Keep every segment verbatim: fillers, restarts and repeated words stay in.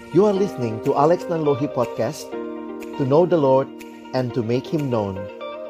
You are listening to Alex Nanlohi Podcast, to know the Lord and to make Him known.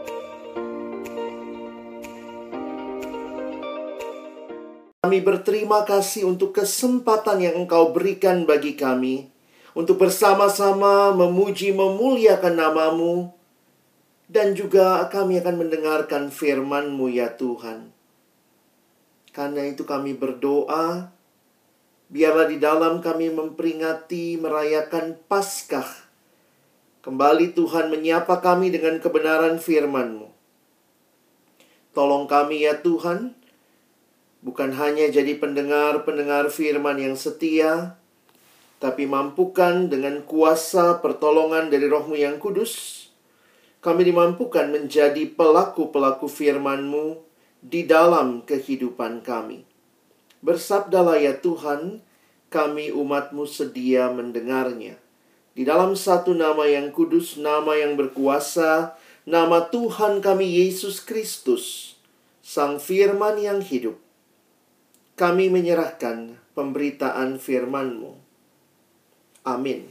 Kami berterima kasih untuk kesempatan yang Engkau berikan bagi kami, untuk bersama-sama memuji memuliakan nama-Mu, dan juga kami akan mendengarkan firman-Mu ya Tuhan. Karena itu kami berdoa, biarlah di dalam kami memperingati, merayakan Paskah. Kembali Tuhan menyapa kami dengan kebenaran firman-Mu. Tolong kami ya Tuhan, bukan hanya jadi pendengar-pendengar firman yang setia, tapi mampukan dengan kuasa pertolongan dari Roh-Mu yang kudus, kami dimampukan menjadi pelaku-pelaku firman-Mu di dalam kehidupan kami. Bersabdalah ya Tuhan, kami umat-Mu sedia mendengarnya. Di dalam satu nama yang kudus, nama yang berkuasa, nama Tuhan kami Yesus Kristus, Sang Firman yang hidup. Kami menyerahkan pemberitaan firman-Mu. Amin.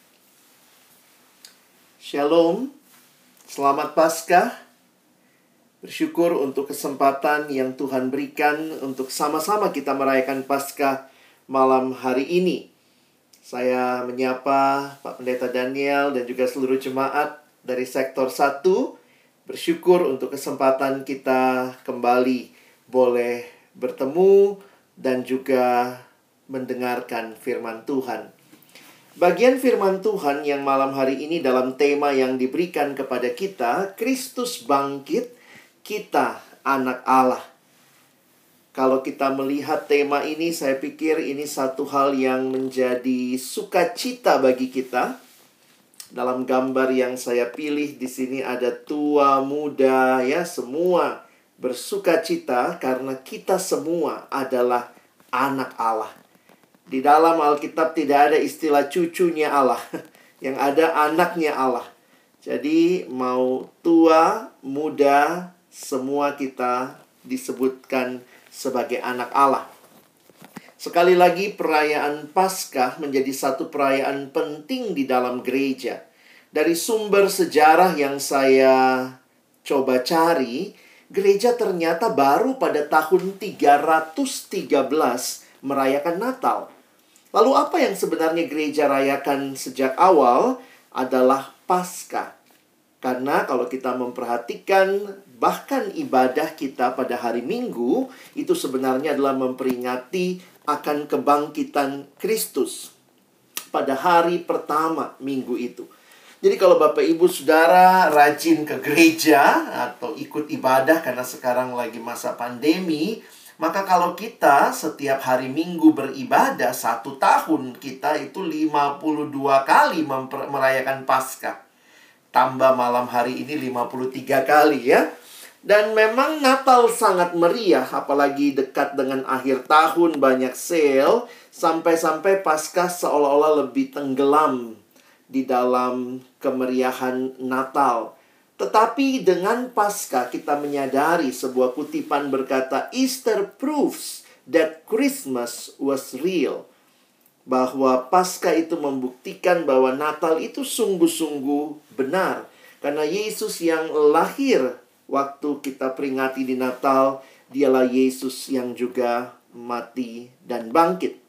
Shalom, selamat Paskah. Bersyukur untuk kesempatan yang Tuhan berikan untuk sama-sama kita merayakan Paskah malam hari ini. Saya menyapa Pak Pendeta Daniel dan juga seluruh jemaat dari sektor satu. Bersyukur untuk kesempatan kita kembali boleh bertemu dan juga mendengarkan firman Tuhan. Bagian firman Tuhan yang malam hari ini dalam tema yang diberikan kepada kita, Kristus bangkit, kita anak Allah. Kalau kita melihat tema ini, saya pikir ini satu hal yang menjadi sukacita bagi kita. Dalam gambar yang saya pilih di sini ada tua, muda, ya semua bersukacita karena kita semua adalah anak Allah. Di dalam Alkitab tidak ada istilah cucunya Allah, yang ada anaknya Allah. Jadi mau tua, muda, semua kita disebutkan sebagai anak Allah. Sekali lagi, perayaan Paskah menjadi satu perayaan penting di dalam gereja. Dari sumber sejarah yang saya coba cari, gereja ternyata baru pada tahun tiga ratus tiga belas merayakan Natal. Lalu apa yang sebenarnya gereja rayakan sejak awal adalah Paskah. Karena kalau kita memperhatikan bahkan ibadah kita pada hari Minggu itu sebenarnya adalah memperingati akan kebangkitan Kristus pada hari pertama minggu itu. Jadi kalau Bapak Ibu Saudara rajin ke gereja atau ikut ibadah karena sekarang lagi masa pandemi, maka kalau kita setiap hari Minggu beribadah satu tahun, kita itu lima puluh dua kali memper- merayakan Paskah. Tambah malam hari ini lima puluh tiga kali ya. Dan memang Natal sangat meriah, apalagi dekat dengan akhir tahun, banyak sale, sampai-sampai Paskah seolah-olah lebih tenggelam di dalam kemeriahan Natal. Tetapi dengan Paskah kita menyadari sebuah kutipan berkata, Easter proves that Christmas was real. Bahwa Paskah itu membuktikan bahwa Natal itu sungguh-sungguh benar. Karena Yesus yang lahir waktu kita peringati di Natal, dialah Yesus yang juga mati dan bangkit.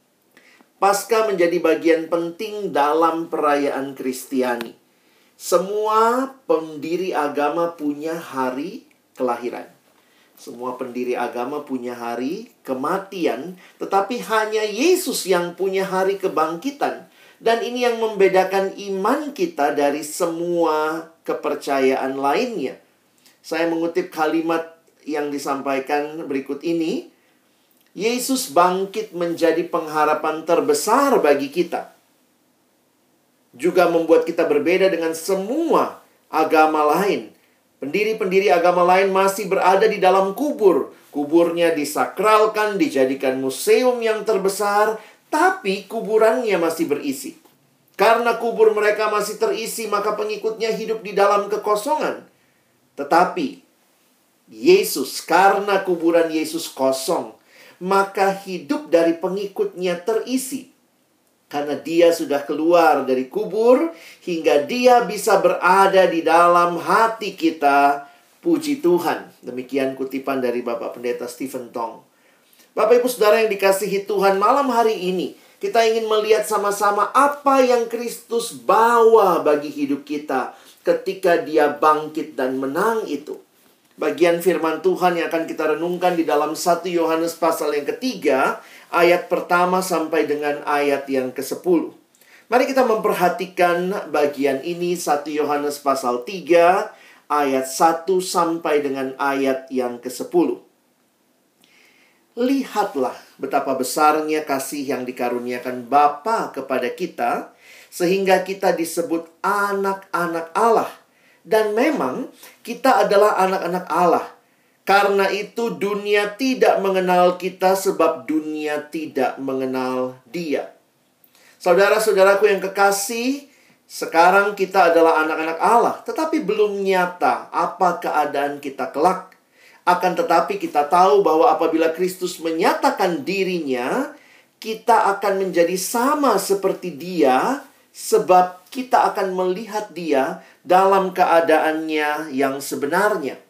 Paskah menjadi bagian penting dalam perayaan Kristiani. Semua pendiri agama punya hari kelahiran. Semua pendiri agama punya hari kematian, tetapi hanya Yesus yang punya hari kebangkitan. Dan ini yang membedakan iman kita dari semua kepercayaan lainnya. Saya mengutip kalimat yang disampaikan berikut ini. Yesus bangkit menjadi pengharapan terbesar bagi kita. Juga membuat kita berbeda dengan semua agama lain. Pendiri-pendiri agama lain masih berada di dalam kubur. Kuburnya disakralkan, dijadikan museum yang terbesar, tapi kuburannya masih berisi. Karena kubur mereka masih terisi, maka pengikutnya hidup di dalam kekosongan. Tetapi Yesus, karena kuburan Yesus kosong, maka hidup dari pengikutnya terisi. Karena dia sudah keluar dari kubur hingga dia bisa berada di dalam hati kita. Puji Tuhan. Demikian kutipan dari Bapak Pendeta Stephen Tong. Bapak Ibu Saudara yang dikasihi Tuhan, malam hari ini kita ingin melihat sama-sama apa yang Kristus bawa bagi hidup kita ketika dia bangkit dan menang itu. Bagian firman Tuhan yang akan kita renungkan di dalam satu Yohanes pasal yang ketiga, ayat pertama sampai dengan ayat yang kesepuluh. Mari kita memperhatikan bagian ini, satu Yohanes pasal tiga, ayat satu sampai dengan ayat yang kesepuluh. Lihatlah betapa besarnya kasih yang dikaruniakan Bapa kepada kita, sehingga kita disebut anak-anak Allah. Dan memang kita adalah anak-anak Allah. Karena itu dunia tidak mengenal kita sebab dunia tidak mengenal Dia. Saudara-saudaraku yang kekasih, sekarang kita adalah anak-anak Allah, tetapi belum nyata apa keadaan kita kelak. Akan tetapi kita tahu bahwa apabila Kristus menyatakan dirinya, kita akan menjadi sama seperti Dia, sebab kita akan melihat Dia dalam keadaannya yang sebenarnya.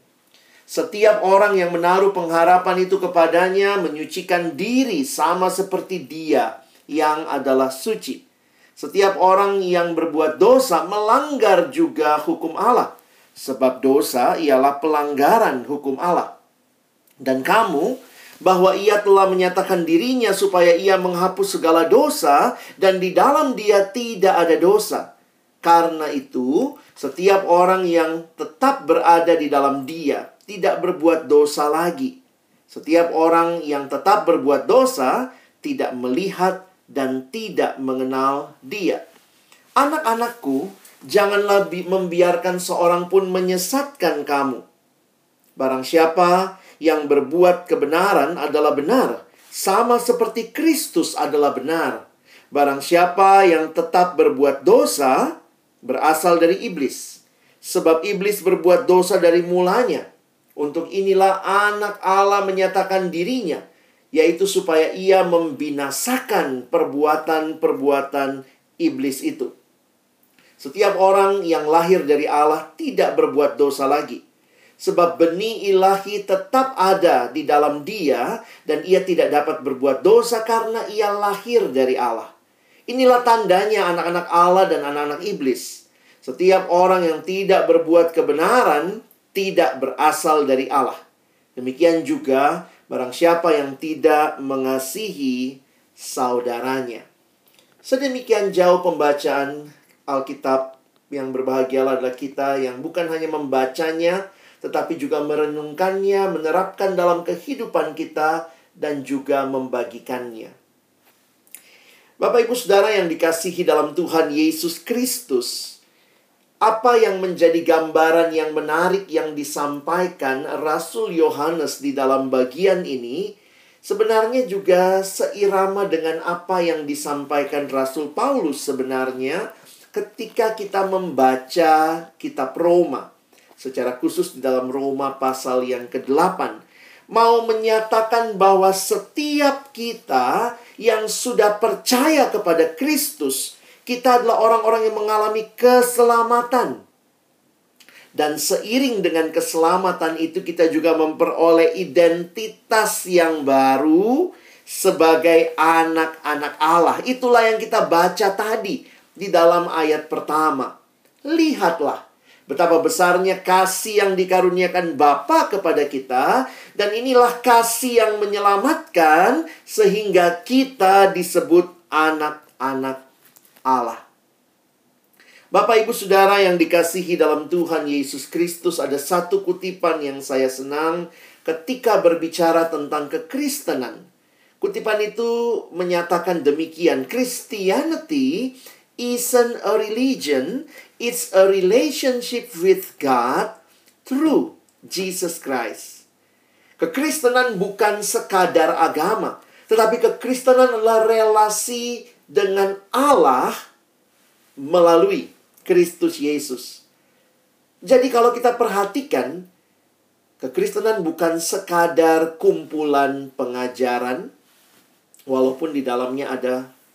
Setiap orang yang menaruh pengharapan itu kepadanya menyucikan diri sama seperti Dia yang adalah suci. Setiap orang yang berbuat dosa melanggar juga hukum Allah, sebab dosa ialah pelanggaran hukum Allah. Dan kamu, bahwa Ia telah menyatakan dirinya supaya Ia menghapus segala dosa, dan di dalam Dia tidak ada dosa. Karena itu, setiap orang yang tetap berada di dalam Dia tidak berbuat dosa lagi. Setiap orang yang tetap berbuat dosa tidak melihat dan tidak mengenal Dia. Anak-anakku, janganlah membiarkan seorang pun menyesatkan kamu. Barang siapa yang berbuat kebenaran adalah benar, sama seperti Kristus adalah benar. Barang siapa yang tetap berbuat dosa, berasal dari iblis. Sebab iblis berbuat dosa dari mulanya. Untuk inilah anak Allah menyatakan dirinya, yaitu supaya ia membinasakan perbuatan-perbuatan iblis itu. Setiap orang yang lahir dari Allah tidak berbuat dosa lagi. Sebab benih ilahi tetap ada di dalam dia, dan ia tidak dapat berbuat dosa karena ia lahir dari Allah. Inilah tandanya anak-anak Allah dan anak-anak iblis. Setiap orang yang tidak berbuat kebenaran tidak berasal dari Allah. Demikian juga barang siapa yang tidak mengasihi saudaranya. Sedemikian jauh pembacaan Alkitab, yang berbahagialah adalah kita yang bukan hanya membacanya, tetapi juga merenungkannya, menerapkan dalam kehidupan kita, dan juga membagikannya. Bapak Ibu Saudara yang dikasihi dalam Tuhan Yesus Kristus, apa yang menjadi gambaran yang menarik yang disampaikan Rasul Yohanes di dalam bagian ini, sebenarnya juga seirama dengan apa yang disampaikan Rasul Paulus sebenarnya ketika kita membaca kitab Roma. Secara khusus di dalam Roma pasal yang kedelapan. Mau menyatakan bahwa setiap kita yang sudah percaya kepada Kristus, kita adalah orang-orang yang mengalami keselamatan. Dan seiring dengan keselamatan itu kita juga memperoleh identitas yang baru sebagai anak-anak Allah. Itulah yang kita baca tadi di dalam ayat pertama. Lihatlah betapa besarnya kasih yang dikaruniakan Bapa kepada kita. Dan inilah kasih yang menyelamatkan sehingga kita disebut anak-anak Allah. Bapak Ibu Saudara yang dikasihi dalam Tuhan Yesus Kristus, ada satu kutipan yang saya senang ketika berbicara tentang kekristenan. Kutipan itu menyatakan demikian: Christianity isn't a religion, it's a relationship with God through Jesus Christ. Kekristenan bukan sekadar agama, tetapi kekristenan adalah relasi dengan Allah melalui Kristus Yesus. Jadi kalau kita perhatikan, kekristenan bukan sekadar kumpulan pengajaran, walaupun di dalamnya ada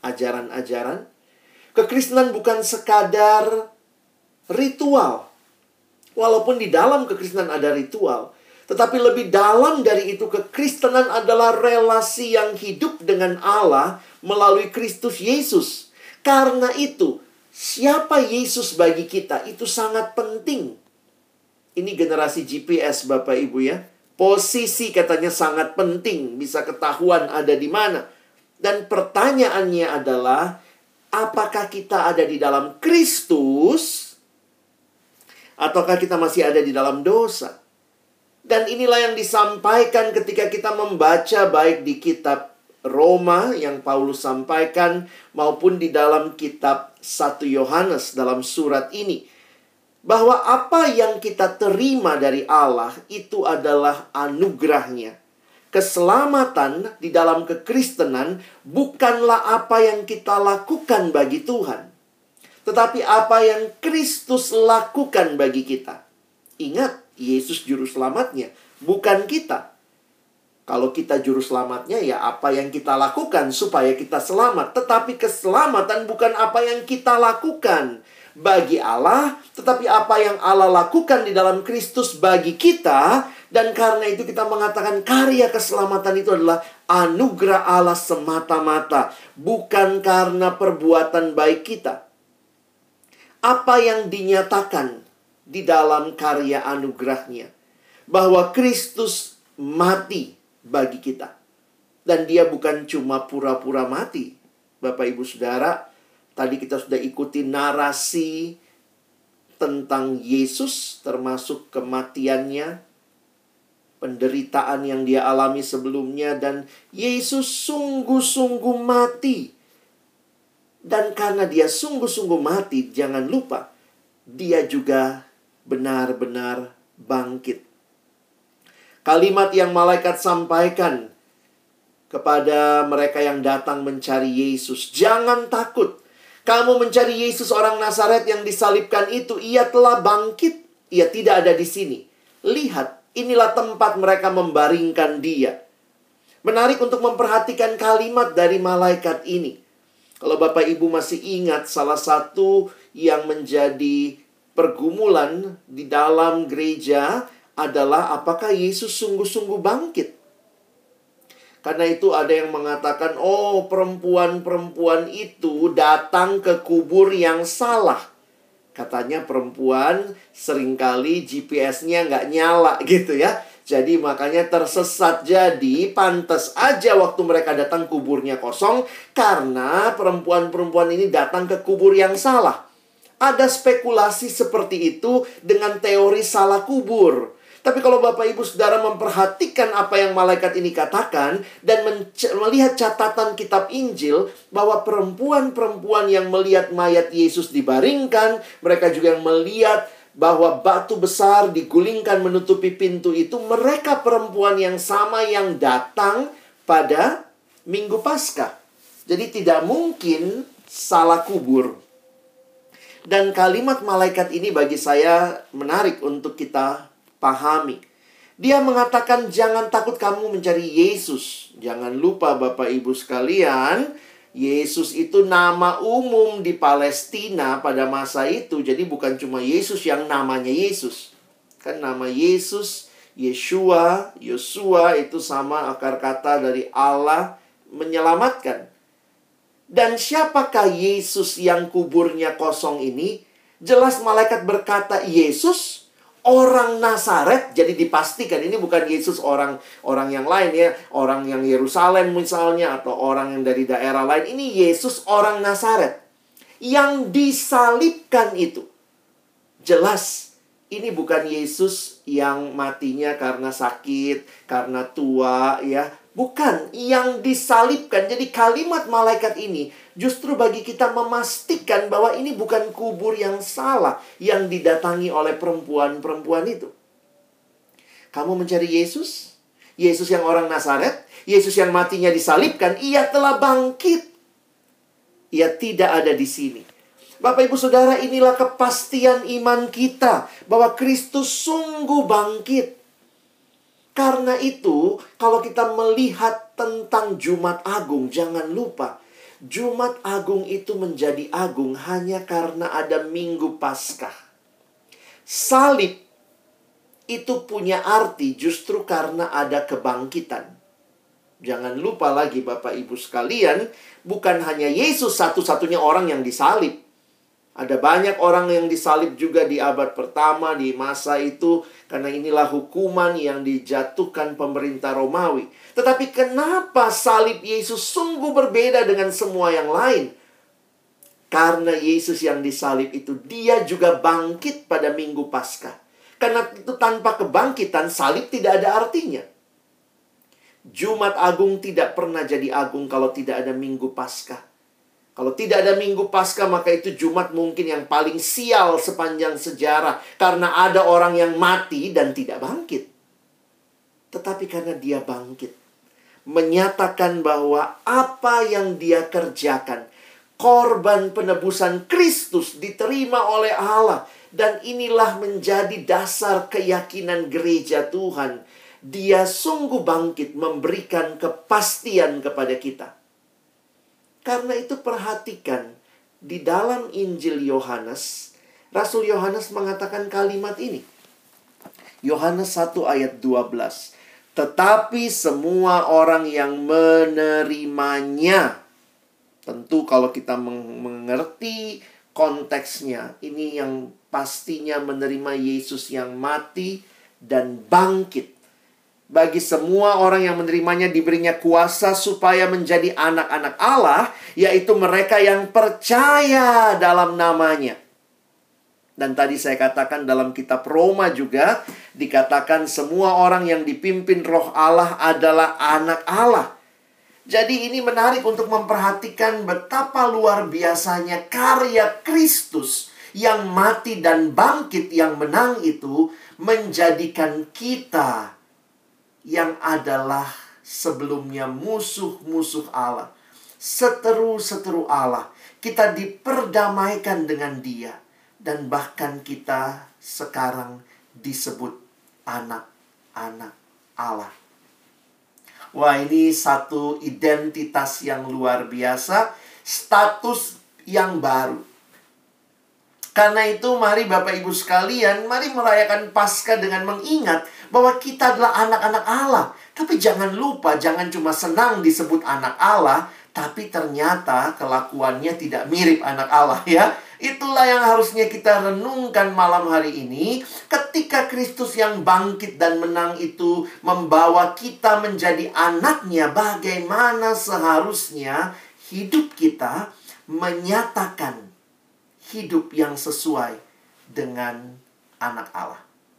ajaran-ajaran. Kekristenan bukan sekadar ritual. Walaupun di dalam kekristenan ada ritual, tetapi lebih dalam dari itu, kekristenan adalah relasi yang hidup dengan Allah melalui Kristus Yesus. Karena itu, siapa Yesus bagi kita itu sangat penting. Ini generasi G P S, Bapak Ibu ya. Posisi katanya sangat penting, bisa ketahuan ada di mana. Dan pertanyaannya adalah, apakah kita ada di dalam Kristus ataukah kita masih ada di dalam dosa? Dan inilah yang disampaikan ketika kita membaca baik di kitab Roma yang Paulus sampaikan maupun di dalam kitab satu Yohanes dalam surat ini. Bahwa apa yang kita terima dari Allah itu adalah anugerahnya. Keselamatan di dalam kekristenan bukanlah apa yang kita lakukan bagi Tuhan, tetapi apa yang Kristus lakukan bagi kita. Ingat, Yesus juru selamatnya, bukan kita. Kalau kita juru selamatnya, ya apa yang kita lakukan supaya kita selamat. Tetapi keselamatan bukan apa yang kita lakukan bagi Allah, tetapi apa yang Allah lakukan di dalam Kristus bagi kita. Dan karena itu kita mengatakan karya keselamatan itu adalah anugerah Allah semata-mata, bukan karena perbuatan baik kita. Apa yang dinyatakan di dalam karya anugerahnya, bahwa Kristus mati bagi kita. Dan dia bukan cuma pura-pura mati. Bapak Ibu Saudara, tadi kita sudah ikuti narasi tentang Yesus, termasuk kematiannya, penderitaan yang dia alami sebelumnya, dan Yesus sungguh-sungguh mati. Dan karena dia sungguh-sungguh mati, jangan lupa, dia juga benar-benar bangkit. Kalimat yang malaikat sampaikan kepada mereka yang datang mencari Yesus, jangan takut. Kamu mencari Yesus orang Nazaret yang disalibkan itu. Ia telah bangkit. Ia tidak ada di sini. Lihat, inilah tempat mereka membaringkan dia. Menarik untuk memperhatikan kalimat dari malaikat ini. Kalau Bapak Ibu masih ingat, salah satu yang menjadi pergumulan di dalam gereja adalah apakah Yesus sungguh-sungguh bangkit. Karena itu ada yang mengatakan, oh perempuan-perempuan itu datang ke kubur yang salah. Katanya perempuan seringkali G P S-nya nggak nyala gitu ya. Jadi makanya tersesat. Jadi pantas aja waktu mereka datang kuburnya kosong, karena perempuan-perempuan ini datang ke kubur yang salah. Ada spekulasi seperti itu dengan teori salah kubur. Tapi kalau Bapak Ibu Saudara memperhatikan apa yang malaikat ini katakan dan melihat catatan kitab Injil, bahwa perempuan-perempuan yang melihat mayat Yesus dibaringkan, mereka juga yang melihat bahwa batu besar digulingkan menutupi pintu itu, mereka perempuan yang sama yang datang pada Minggu Paskah. Jadi tidak mungkin salah kubur. Dan kalimat malaikat ini bagi saya menarik untuk kita pahami. Dia mengatakan jangan takut kamu mencari Yesus. Jangan lupa Bapak Ibu sekalian, Yesus itu nama umum di Palestina pada masa itu. Jadi bukan cuma Yesus yang namanya Yesus. Kan nama Yesus, Yeshua, Yosua itu sama akar kata dari Allah menyelamatkan. Dan siapakah Yesus yang kuburnya kosong ini? Jelas malaikat berkata Yesus orang Nazaret. Jadi dipastikan ini bukan Yesus orang orang yang lain ya, orang yang Yerusalem misalnya atau orang yang dari daerah lain. Ini Yesus orang Nazaret yang disalibkan itu. Jelas ini bukan Yesus yang matinya karena sakit, karena tua ya. Bukan, yang disalibkan. Jadi kalimat malaikat ini justru bagi kita memastikan bahwa ini bukan kubur yang salah yang didatangi oleh perempuan-perempuan itu. Kamu mencari Yesus? Yesus yang orang Nazaret? Yesus yang matinya disalibkan? Ia telah bangkit. Ia tidak ada di sini. Bapak Ibu Saudara, inilah kepastian iman kita bahwa Kristus sungguh bangkit. Karena itu, kalau kita melihat tentang Jumat Agung, jangan lupa Jumat Agung itu menjadi agung hanya karena ada Minggu Paskah. Salib itu punya arti justru karena ada kebangkitan. Jangan lupa lagi Bapak Ibu sekalian, bukan hanya Yesus satu-satunya orang yang disalib. Ada banyak orang yang disalib juga di abad pertama, di masa itu. Karena inilah hukuman yang dijatuhkan pemerintah Romawi. Tetapi kenapa salib Yesus sungguh berbeda dengan semua yang lain? Karena Yesus yang disalib itu, dia juga bangkit pada Minggu Paskah. Karena itu tanpa kebangkitan, salib tidak ada artinya. Jumat Agung tidak pernah jadi agung kalau tidak ada Minggu Paskah. Kalau tidak ada Minggu Paskah, maka itu Jumat mungkin yang paling sial sepanjang sejarah. Karena ada orang yang mati dan tidak bangkit. Tetapi karena dia bangkit, menyatakan bahwa apa yang dia kerjakan, korban penebusan Kristus diterima oleh Allah. Dan inilah menjadi dasar keyakinan gereja Tuhan. Dia sungguh bangkit memberikan kepastian kepada kita. Karena itu perhatikan, di dalam Injil Yohanes, Rasul Yohanes mengatakan kalimat ini. Yohanes satu ayat dua belas. Tetapi semua orang yang menerimanya. Tentu kalau kita mengerti konteksnya, ini yang pastinya menerima Yesus yang mati dan bangkit. Bagi semua orang yang menerimanya diberinya kuasa supaya menjadi anak-anak Allah, yaitu mereka yang percaya dalam namanya. Dan tadi saya katakan dalam kitab Roma juga, dikatakan semua orang yang dipimpin roh Allah adalah anak Allah. Jadi ini menarik untuk memperhatikan betapa luar biasanya karya Kristus yang mati dan bangkit yang menang itu menjadikan kita yang adalah sebelumnya musuh-musuh Allah, seteru-seteru Allah. Kita diperdamaikan dengan Dia. Dan bahkan kita sekarang disebut anak-anak Allah. Wah, ini satu identitas yang luar biasa, status yang baru. Karena itu mari Bapak Ibu sekalian, mari merayakan Paskah dengan mengingat bahwa kita adalah anak-anak Allah. Tapi jangan lupa, jangan cuma senang disebut anak Allah, tapi ternyata kelakuannya tidak mirip anak Allah ya. Itulah yang harusnya kita renungkan malam hari ini. Ketika Kristus yang bangkit dan menang itu membawa kita menjadi anaknya, bagaimana seharusnya hidup kita menyatakan hidup yang sesuai dengan anak Allah.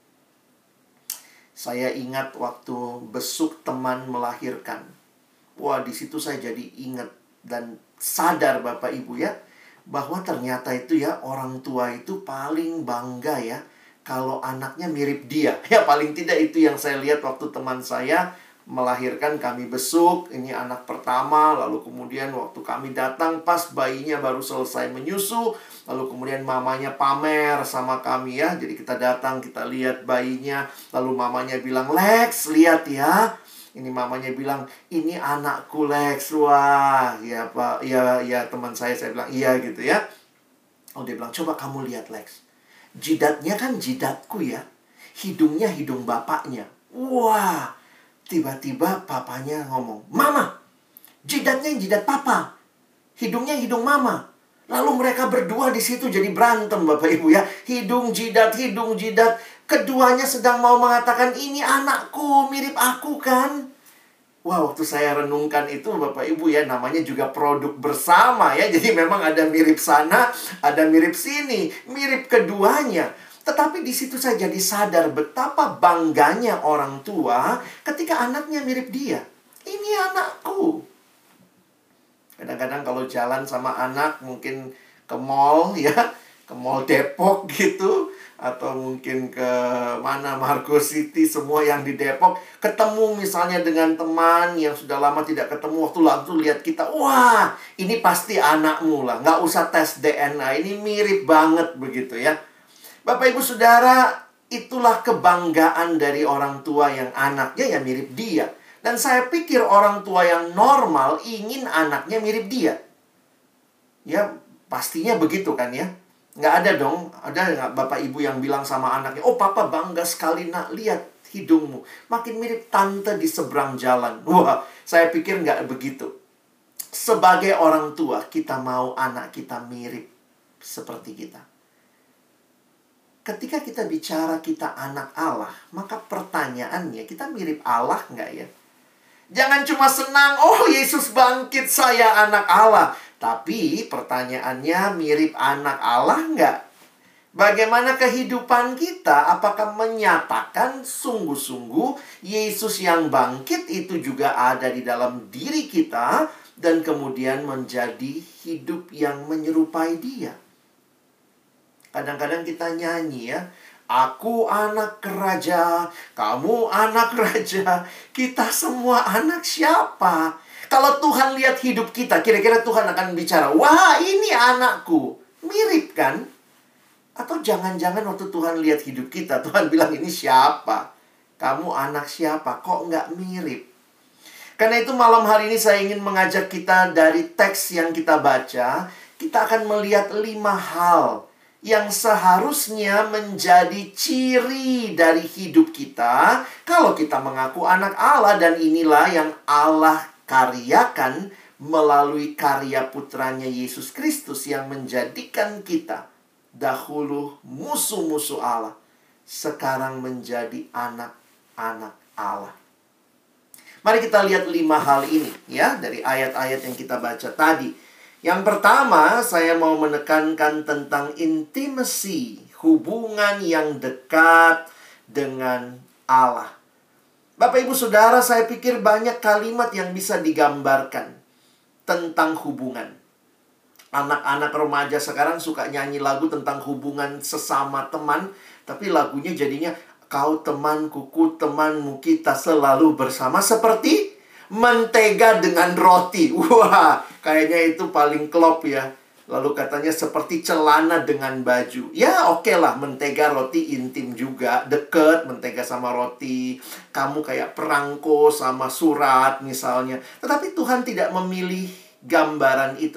Saya ingat waktu besuk teman melahirkan. Wah, di situ saya jadi ingat dan sadar Bapak Ibu ya, bahwa ternyata itu ya, orang tua itu paling bangga ya kalau anaknya mirip dia. Ya paling tidak itu yang saya lihat waktu teman saya melahirkan, kami besuk, ini anak pertama, lalu kemudian waktu kami datang pas bayinya baru selesai menyusu, lalu kemudian mamanya pamer sama kami ya. Jadi kita datang, kita lihat bayinya, lalu mamanya bilang, "Lex, lihat ya." Ini mamanya bilang, "Ini anakku Lex." Wah, ya Pak, ya ya teman saya, saya bilang, "Iya," gitu ya. Oh, dia bilang, "Coba kamu lihat Lex. Jidatnya kan jidatku ya. Hidungnya hidung bapaknya." Wah, tiba-tiba papanya ngomong, "Mama, jidatnya jidat papa. Hidungnya hidung mama." Lalu mereka berdua di situ jadi berantem Bapak Ibu ya. Hidung jidat, hidung jidat. Keduanya sedang mau mengatakan, "Ini anakku, mirip aku kan?" Wah, waktu saya renungkan itu Bapak Ibu ya, namanya juga produk bersama ya. Jadi memang ada mirip sana, ada mirip sini. Mirip keduanya. Tetapi di situ saya jadi sadar betapa bangganya orang tua ketika anaknya mirip dia. Ini anakku. Kadang-kadang kalau jalan sama anak mungkin ke mall ya, ke mall Depok gitu, atau mungkin ke mana, Margo City, semua yang di Depok, ketemu misalnya dengan teman yang sudah lama tidak ketemu, waktu langsung lihat kita, wah, ini pasti anakmu lah, nggak usah tes D N A, ini mirip banget begitu ya. Bapak Ibu Saudara, itulah kebanggaan dari orang tua yang anaknya ya mirip dia. Dan saya pikir orang tua yang normal ingin anaknya mirip dia. Ya, pastinya begitu kan ya. Nggak ada dong, ada nggak bapak ibu yang bilang sama anaknya, "Oh, papa bangga sekali nak, lihat hidungmu. Makin mirip tante di seberang jalan." Wah, saya pikir nggak begitu. Sebagai orang tua, kita mau anak kita mirip seperti kita. Ketika kita bicara kita anak Allah, maka pertanyaannya, kita mirip Allah nggak ya? Jangan cuma senang, "Oh, Yesus bangkit, saya anak Allah." Tapi pertanyaannya, mirip anak Allah nggak? Bagaimana kehidupan kita? Apakah menyatakan sungguh-sungguh Yesus yang bangkit itu juga ada di dalam diri kita, dan kemudian menjadi hidup yang menyerupai Dia? Kadang-kadang kita nyanyi ya, "Aku anak raja, kamu anak raja, kita semua anak siapa?" Kalau Tuhan lihat hidup kita, kira-kira Tuhan akan bicara, "Wah, ini anakku." Mirip kan? Atau jangan-jangan waktu Tuhan lihat hidup kita, Tuhan bilang, "Ini siapa? Kamu anak siapa? Kok nggak mirip?" Karena itu malam hari ini saya ingin mengajak kita dari teks yang kita baca, kita akan melihat lima hal yang seharusnya menjadi ciri dari hidup kita kalau kita mengaku anak Allah. Dan inilah yang Allah karyakan melalui karya putranya Yesus Kristus yang menjadikan kita dahulu musuh-musuh Allah, sekarang menjadi anak-anak Allah. Mari kita lihat lima hal ini ya dari ayat-ayat yang kita baca tadi. Yang pertama, saya mau menekankan tentang intimacy, hubungan yang dekat dengan Allah. Bapak Ibu Saudara, saya pikir banyak kalimat yang bisa digambarkan tentang hubungan. Anak-anak remaja sekarang suka nyanyi lagu tentang hubungan sesama teman, tapi lagunya jadinya, "Kau temanku, ku temanmu, kita selalu bersama seperti mentega dengan roti." Wah, kayaknya itu paling klop ya. Lalu katanya seperti celana dengan baju. Ya oke okay lah, mentega roti intim juga, deket mentega sama roti. Kamu kayak perangko sama surat misalnya. Tetapi Tuhan tidak memilih gambaran itu.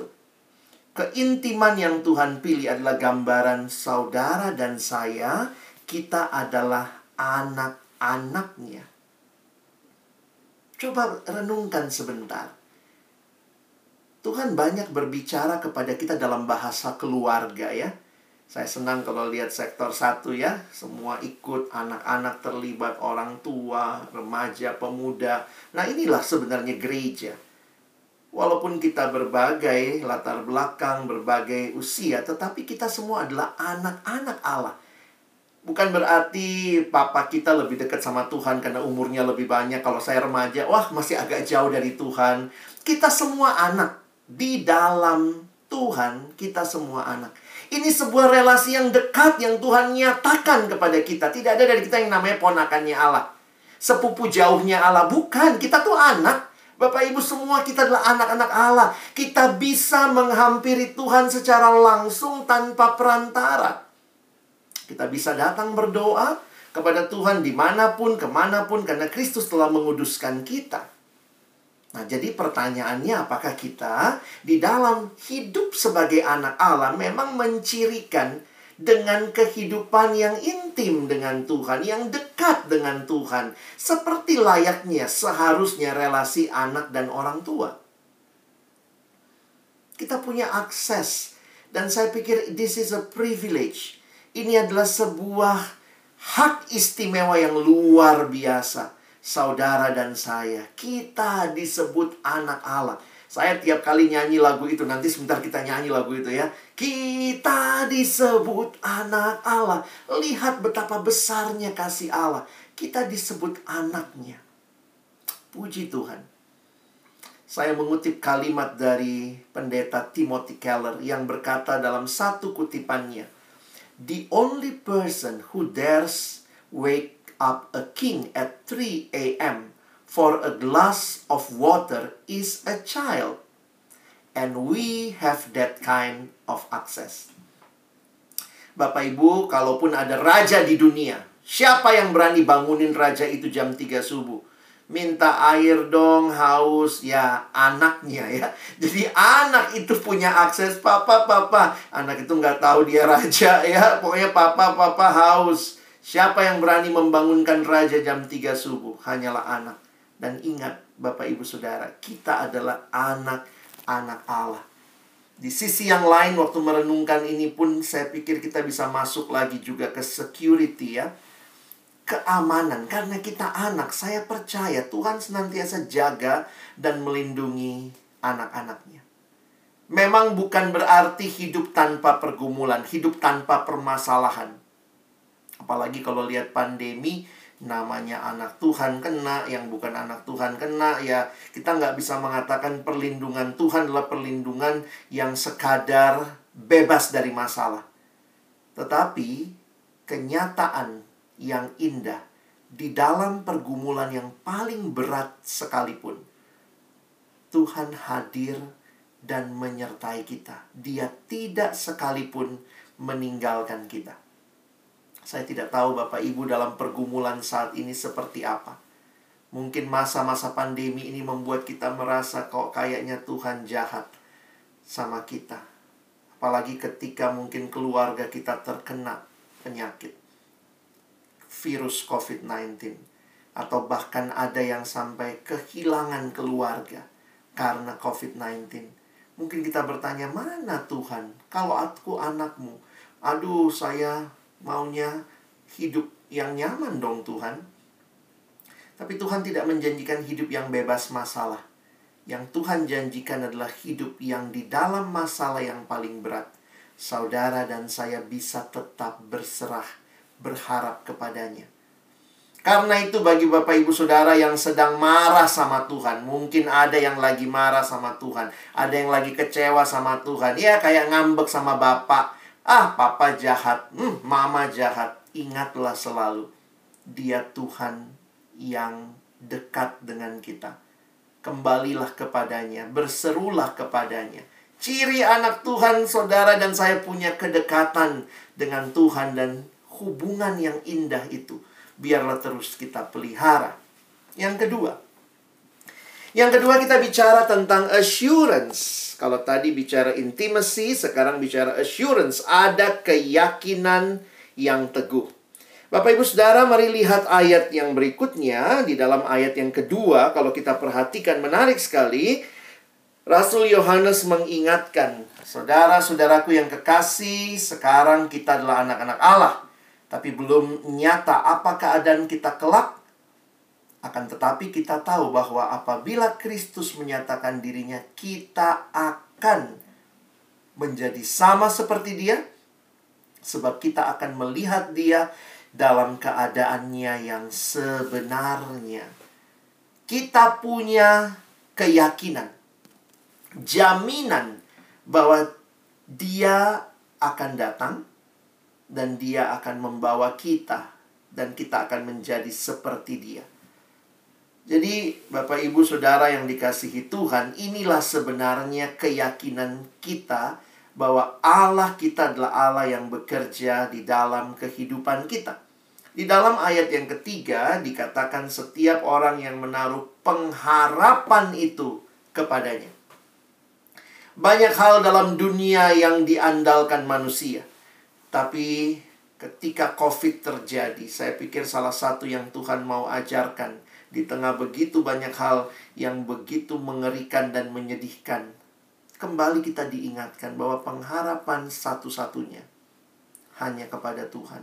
Keintiman yang Tuhan pilih adalah gambaran saudara dan saya, kita adalah anak-anaknya. Coba renungkan sebentar. Tuhan banyak berbicara kepada kita dalam bahasa keluarga ya. Saya senang kalau lihat sektor satu ya. Semua ikut, anak-anak terlibat, orang tua, remaja, pemuda. Nah inilah sebenarnya gereja. Walaupun kita berbagai latar belakang, berbagai usia, tetapi kita semua adalah anak-anak Allah. Bukan berarti papa kita lebih dekat sama Tuhan karena umurnya lebih banyak. Kalau saya remaja, wah masih agak jauh dari Tuhan. Kita semua anak. Di dalam Tuhan, kita semua anak. Ini sebuah relasi yang dekat yang Tuhan nyatakan kepada kita. Tidak ada dari kita yang namanya ponakannya Allah, sepupu jauhnya Allah. Bukan, kita tuh anak. Bapak Ibu semua, kita adalah anak-anak Allah. Kita bisa menghampiri Tuhan secara langsung tanpa perantara. Kita bisa datang berdoa kepada Tuhan dimanapun, kemanapun, karena Kristus telah menguduskan kita. Nah, jadi pertanyaannya, apakah kita di dalam hidup sebagai anak Allah memang mencirikan dengan kehidupan yang intim dengan Tuhan, yang dekat dengan Tuhan, seperti layaknya seharusnya relasi anak dan orang tua? Kita punya akses, dan saya pikir this is a privilege. Ini adalah sebuah hak istimewa yang luar biasa. Saudara dan saya, kita disebut anak Allah. Saya tiap kali nyanyi lagu itu, nanti sebentar kita nyanyi lagu itu ya. Kita disebut anak Allah. Lihat betapa besarnya kasih Allah. Kita disebut anaknya. Puji Tuhan. Saya mengutip kalimat dari pendeta Timothy Keller yang berkata dalam satu kutipannya, "The only person who dares wake up a king at three a m for a glass of water is a child, and we have that kind of access." Bapak Ibu, kalaupun ada raja di dunia, siapa yang berani bangunin raja itu jam tiga subuh? minta air dong, haus. Ya, anaknya ya. Jadi anak itu punya akses. Papa, papa. Anak itu nggak tahu dia raja ya. Pokoknya papa, papa haus. Siapa yang berani membangunkan raja jam tiga subuh? Hanyalah anak. Dan ingat, Bapak Ibu Saudara, kita adalah anak-anak Allah. Di sisi yang lain, waktu merenungkan ini pun, saya pikir kita bisa masuk lagi juga ke security ya. Keamanan, karena kita anak, saya percaya Tuhan senantiasa jaga dan melindungi anak-anaknya. Memang bukan berarti hidup tanpa pergumulan, hidup tanpa permasalahan. Apalagi kalau lihat pandemi, namanya anak Tuhan kena, yang bukan anak Tuhan kena, ya kita nggak bisa mengatakan perlindungan Tuhan adalah perlindungan yang sekadar bebas dari masalah. Tetapi kenyataan yang indah di dalam pergumulan yang paling berat sekalipun, Tuhan hadir dan menyertai kita. Dia tidak sekalipun meninggalkan kita. Saya tidak tahu Bapak Ibu dalam pergumulan saat ini seperti apa. Mungkin masa-masa pandemi ini membuat kita merasa kok kayaknya Tuhan jahat sama kita. Apalagi ketika mungkin keluarga kita terkena penyakit virus covid sembilan belas. Atau bahkan ada yang sampai kehilangan keluarga karena covid sembilan belas. Mungkin kita bertanya, mana Tuhan? Kalau aku anakmu, aduh saya maunya hidup yang nyaman dong Tuhan. Tapi Tuhan tidak menjanjikan hidup yang bebas masalah. Yang Tuhan janjikan adalah hidup yang di dalam masalah yang paling berat, saudara dan saya bisa tetap berserah, berharap kepadanya. Karena itu bagi Bapak Ibu Saudara yang sedang marah sama Tuhan, mungkin ada yang lagi marah sama Tuhan, ada yang lagi kecewa sama Tuhan, ya kayak ngambek sama Bapak. Ah, papa jahat, hmm, mama jahat. Ingatlah selalu, Dia Tuhan yang dekat dengan kita. Kembalilah kepadanya, berserulah kepadanya. Ciri anak Tuhan, saudara dan saya punya kedekatan dengan Tuhan dan hubungan yang indah itu. Biarlah terus kita pelihara. Yang kedua, Yang kedua kita bicara tentang assurance. Kalau tadi bicara intimacy, sekarang bicara assurance. Ada keyakinan yang teguh. Bapak Ibu Saudara, mari lihat ayat yang berikutnya. Di dalam ayat yang kedua, kalau kita perhatikan menarik sekali. Rasul Yohanes mengingatkan, saudara-saudaraku yang kekasih, sekarang kita adalah anak-anak Allah. Tapi belum nyata apa keadaan kita kelak. Akan tetapi kita tahu bahwa apabila Kristus menyatakan dirinya, kita akan menjadi sama seperti Dia. Sebab kita akan melihat Dia dalam keadaannya yang sebenarnya. Kita punya keyakinan, jaminan bahwa Dia akan datang dan Dia akan membawa kita dan kita akan menjadi seperti Dia. Jadi Bapak Ibu Saudara yang dikasihi Tuhan, inilah sebenarnya keyakinan kita bahwa Allah kita adalah Allah yang bekerja di dalam kehidupan kita. Di dalam ayat yang ketiga dikatakan setiap orang yang menaruh pengharapan itu kepadanya. Banyak hal dalam dunia yang diandalkan manusia. Tapi ketika COVID terjadi, saya pikir salah satu yang Tuhan mau ajarkan, di tengah begitu banyak hal yang begitu mengerikan dan menyedihkan, kembali kita diingatkan bahwa pengharapan satu-satunya hanya kepada Tuhan.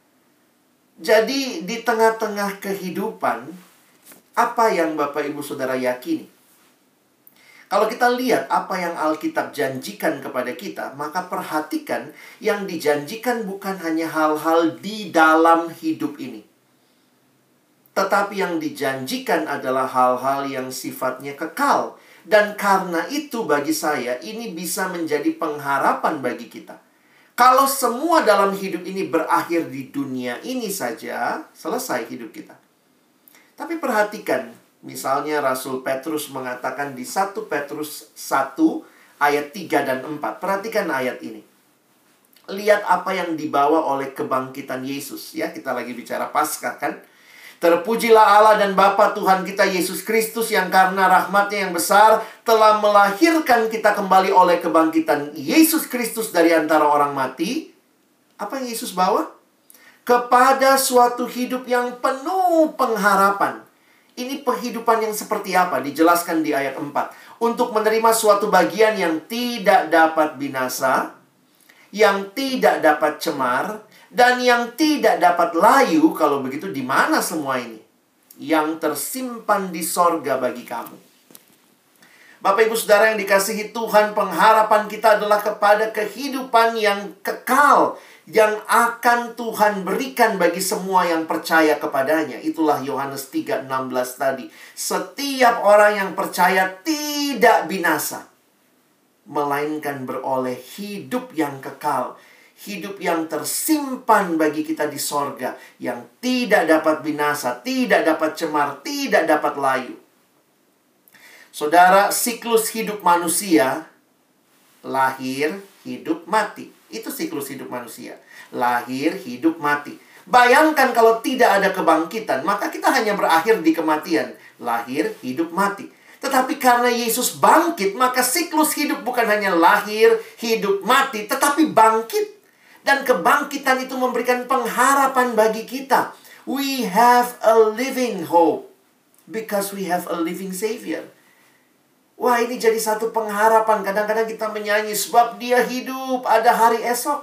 Jadi di tengah-tengah kehidupan, apa yang Bapak Ibu Saudara yakini? Kalau kita lihat apa yang Alkitab janjikan kepada kita, maka perhatikan yang dijanjikan bukan hanya hal-hal di dalam hidup ini. Tetapi yang dijanjikan adalah hal-hal yang sifatnya kekal. Dan karena itu bagi saya, ini bisa menjadi pengharapan bagi kita. Kalau semua dalam hidup ini berakhir di dunia ini saja, selesai hidup kita. Tapi perhatikan, misalnya Rasul Petrus mengatakan di satu Petrus satu ayat tiga dan empat. Perhatikan ayat ini. Lihat apa yang dibawa oleh kebangkitan Yesus. Ya, kita lagi bicara Paskah kan? Terpujilah Allah dan Bapa Tuhan kita Yesus Kristus yang karena rahmat-Nya yang besar telah melahirkan kita kembali oleh kebangkitan Yesus Kristus dari antara orang mati. Apa yang Yesus bawa? Kepada suatu hidup yang penuh pengharapan. Ini kehidupan yang seperti apa? Dijelaskan di ayat empat. Untuk menerima suatu bagian yang tidak dapat binasa, yang tidak dapat cemar, dan yang tidak dapat layu. Kalau begitu di mana semua ini? Yang tersimpan di sorga bagi kamu. Bapak Ibu Saudara yang dikasihi Tuhan, pengharapan kita adalah kepada kehidupan yang kekal, yang akan Tuhan berikan bagi semua yang percaya kepadanya. Itulah Yohanes tiga enam belas tadi. Setiap orang yang percaya tidak binasa, melainkan beroleh hidup yang kekal. Hidup yang tersimpan bagi kita di sorga, yang tidak dapat binasa, tidak dapat cemar, tidak dapat layu. Saudara, siklus hidup manusia, lahir, hidup, mati. Itu siklus hidup manusia. Lahir, hidup, mati. Bayangkan kalau tidak ada kebangkitan, maka kita hanya berakhir di kematian. Lahir, hidup, mati. Tetapi karena Yesus bangkit, maka siklus hidup bukan hanya lahir, hidup, mati, tetapi bangkit. Dan kebangkitan itu memberikan pengharapan bagi kita. We have a living hope because we have a living Savior. Wah, ini jadi satu pengharapan. Kadang-kadang kita menyanyi sebab Dia hidup, ada hari esok.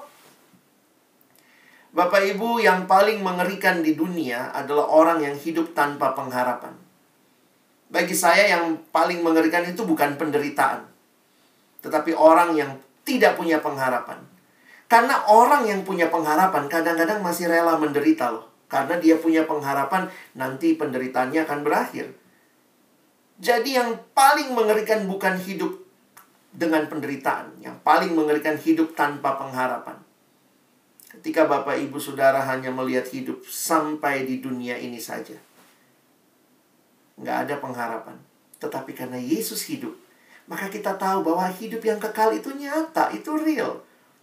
Bapak Ibu, yang paling mengerikan di dunia adalah orang yang hidup tanpa pengharapan. Bagi saya yang paling mengerikan itu bukan penderitaan, tetapi orang yang tidak punya pengharapan. Karena orang yang punya pengharapan kadang-kadang masih rela menderita loh. Karena dia punya pengharapan nanti penderitaannya akan berakhir. Jadi yang paling mengerikan bukan hidup dengan penderitaan. Yang paling mengerikan hidup tanpa pengharapan. Ketika Bapak Ibu Saudara hanya melihat hidup sampai di dunia ini saja, nggak ada pengharapan. Tetapi karena Yesus hidup, maka kita tahu bahwa hidup yang kekal itu nyata, itu real.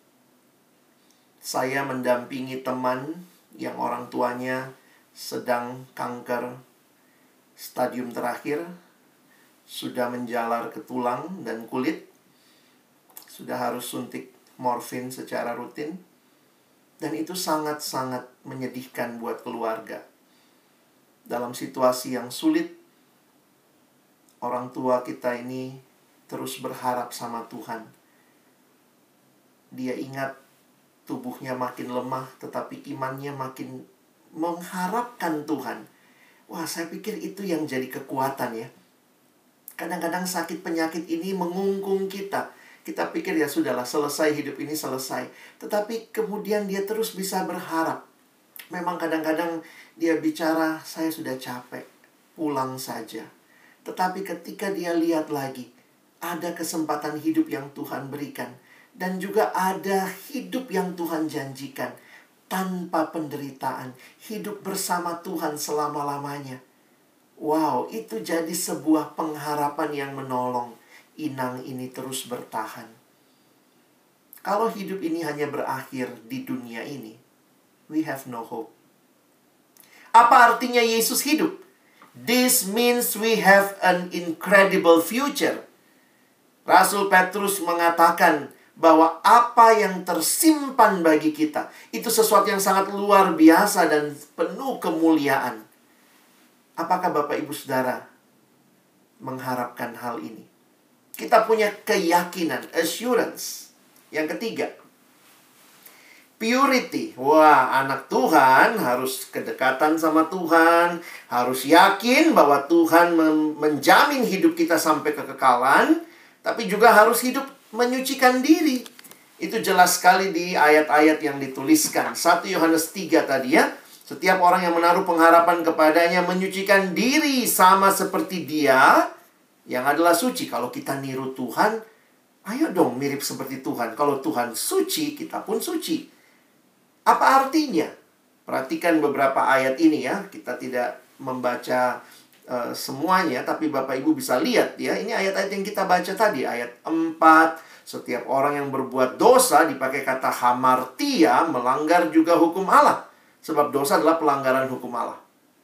Saya mendampingi teman yang orang tuanya sedang kanker stadium terakhir, sudah menjalar ke tulang dan kulit, sudah harus suntik morfin secara rutin, dan itu sangat-sangat menyedihkan buat keluarga. Dalam situasi yang sulit, orang tua kita ini terus berharap sama Tuhan. Dia ingat tubuhnya makin lemah, tetapi imannya makin mengharapkan Tuhan. Wah, saya pikir itu yang jadi kekuatan ya. Kadang-kadang sakit penyakit ini mengungkung kita. Kita pikir ya sudahlah, selesai hidup ini, selesai. Tetapi kemudian dia terus bisa berharap. Memang kadang-kadang dia bicara, saya sudah capek, pulang saja. Tetapi ketika dia lihat lagi, ada kesempatan hidup yang Tuhan berikan. Dan juga ada hidup yang Tuhan janjikan tanpa penderitaan. Hidup bersama Tuhan selama-lamanya. Wow, itu jadi sebuah pengharapan yang menolong inang ini terus bertahan. Kalau hidup ini hanya berakhir di dunia ini, we have no hope. Apa artinya Yesus hidup? This means we have an incredible future. Rasul Petrus mengatakan bahwa apa yang tersimpan bagi kita itu sesuatu yang sangat luar biasa dan penuh kemuliaan. Apakah Bapak Ibu Saudara mengharapkan hal ini? Kita punya keyakinan, assurance. Yang ketiga, purity. Wah, anak Tuhan harus kedekatan sama Tuhan, harus yakin bahwa Tuhan menjamin hidup kita sampai kekekalan, tapi juga harus hidup menyucikan diri. Itu jelas sekali di ayat-ayat yang dituliskan. satu Yohanes tiga tadi ya. Setiap orang yang menaruh pengharapan kepadanya menyucikan diri sama seperti Dia yang adalah suci. Kalau kita niru Tuhan, ayo dong mirip seperti Tuhan. Kalau Tuhan suci, kita pun suci. Apa artinya? Perhatikan beberapa ayat ini ya. Kita tidak membaca Uh, semuanya, tapi Bapak Ibu bisa lihat ya. Ini ayat-ayat yang kita baca tadi. Ayat empat, setiap orang yang berbuat dosa, dipakai kata hamartia, melanggar juga hukum Allah. Sebab dosa adalah pelanggaran hukum Allah.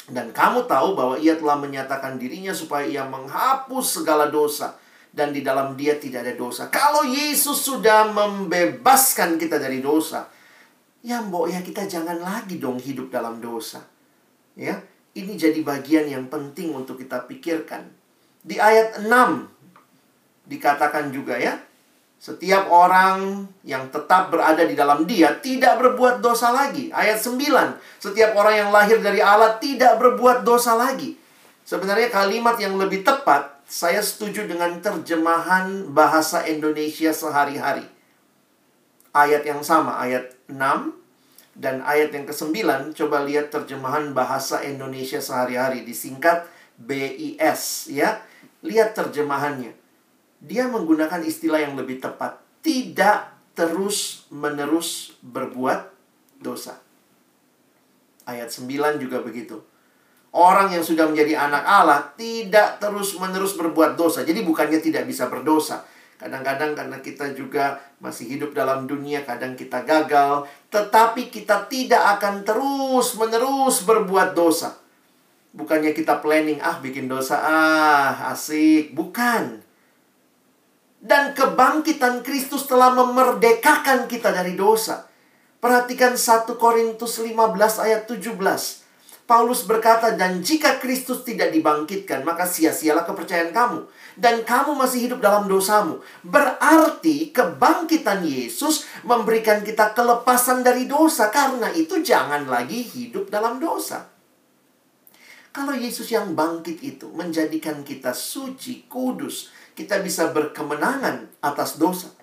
Dan kamu tahu bahwa ia telah menyatakan dirinya supaya ia menghapus segala dosa. Dan di dalam dia tidak ada dosa. Kalau Yesus sudah membebaskan kita dari dosa, ya mbok ya kita jangan lagi dong hidup dalam dosa. Ya, ini jadi bagian yang penting untuk kita pikirkan. Di ayat enam dikatakan juga ya, setiap orang yang tetap berada di dalam dia tidak berbuat dosa lagi. Ayat sembilan, setiap orang yang lahir dari Allah tidak berbuat dosa lagi. Sebenarnya kalimat yang lebih tepat, saya setuju dengan terjemahan bahasa Indonesia sehari-hari. Ayat yang sama, ayat enam dan ayat yang kesembilan, coba lihat terjemahan bahasa Indonesia sehari-hari, disingkat B I S ya. Lihat terjemahannya. Dia menggunakan istilah yang lebih tepat. Tidak terus-menerus berbuat dosa. Ayat sembilan juga begitu. Orang yang sudah menjadi anak Allah tidak terus-menerus berbuat dosa. Jadi bukannya tidak bisa berdosa. Kadang-kadang karena kita juga masih hidup dalam dunia, kadang kita gagal. Tetapi kita tidak akan terus-menerus berbuat dosa. Bukannya kita planning, ah bikin dosa, ah asik. Bukan. Dan kebangkitan Kristus telah memerdekakan kita dari dosa. Perhatikan satu Korintus lima belas ayat tujuh belas. Paulus berkata, dan jika Kristus tidak dibangkitkan, maka sia-sialah kepercayaan kamu. Dan kamu masih hidup dalam dosamu. Berarti kebangkitan Yesus memberikan kita kelepasan dari dosa. Karena itu jangan lagi hidup dalam dosa. Kalau Yesus yang bangkit itu menjadikan kita suci, kudus, kita bisa berkemenangan atas dosa.